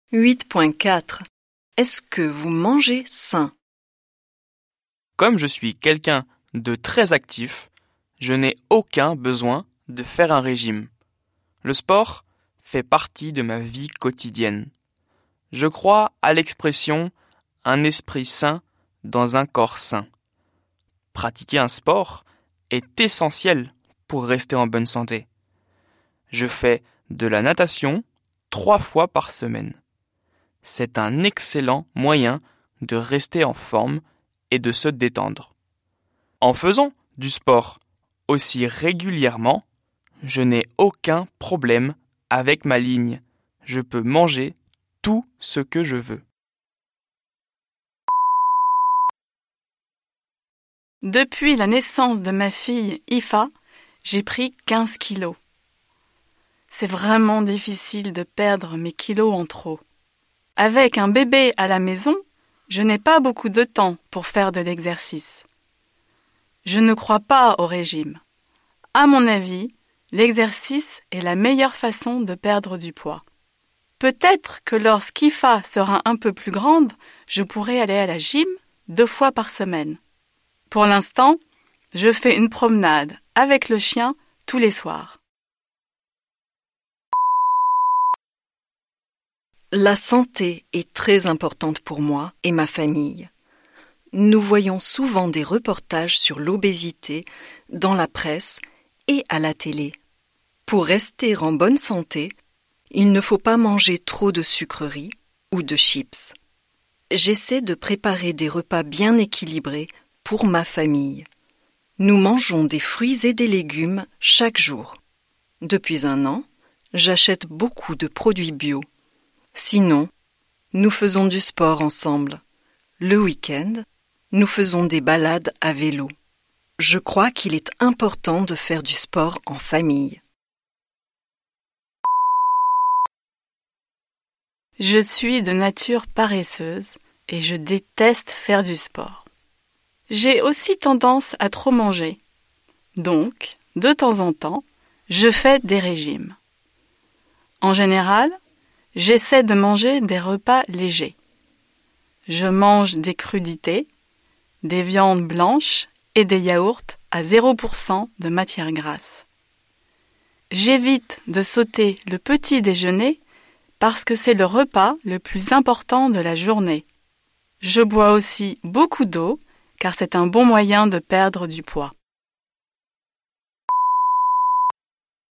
8.4. Est-ce que vous mangez sain? Comme je suis quelqu'un de très actif, je n'ai aucun besoin de faire un régime. Le sport fait partie de ma vie quotidienne. Je crois à l'expression « un esprit sain dans un corps sain ». Pratiquer un sport est essentiel pour rester en bonne santé. Je fais de la natation 3 fois par semaine. C'est un excellent moyen de rester en forme et de se détendre. En faisant du sport aussi régulièrement, je n'ai aucun problème avec ma ligne. Je peux manger tout ce que je veux. Depuis la naissance de ma fille Ifa, j'ai pris 15 kilos. C'est vraiment difficile de perdre mes kilos en trop. Avec un bébé à la maison, je n'ai pas beaucoup de temps pour faire de l'exercice. Je ne crois pas au régime. À mon avis, l'exercice est la meilleure façon de perdre du poids. Peut-être que lorsqu'Ifa sera un peu plus grande, je pourrai aller à la gym 2 fois par semaine. Pour l'instant, je fais une promenade avec le chien tous les soirs. La santé est très importante pour moi et ma famille. Nous voyons souvent des reportages sur l'obésité dans la presse et à la télé. Pour rester en bonne santé, il ne faut pas manger trop de sucreries ou de chips. J'essaie de préparer des repas bien équilibrés pour ma famille. Nous mangeons des fruits et des légumes chaque jour. Depuis 1 an, j'achète beaucoup de produits bio. Sinon, nous faisons du sport ensemble. Le week-end, nous faisons des balades à vélo. Je crois qu'il est important de faire du sport en famille. Je suis de nature paresseuse et je déteste faire du sport. J'ai aussi tendance à trop manger. Donc, de temps en temps, je fais des régimes. En général, j'essaie de manger des repas légers. Je mange des crudités, des viandes blanches et des yaourts à 0% de matière grasse. J'évite de sauter le petit déjeuner parce que c'est le repas le plus important de la journée. Je bois aussi beaucoup d'eau car c'est un bon moyen de perdre du poids.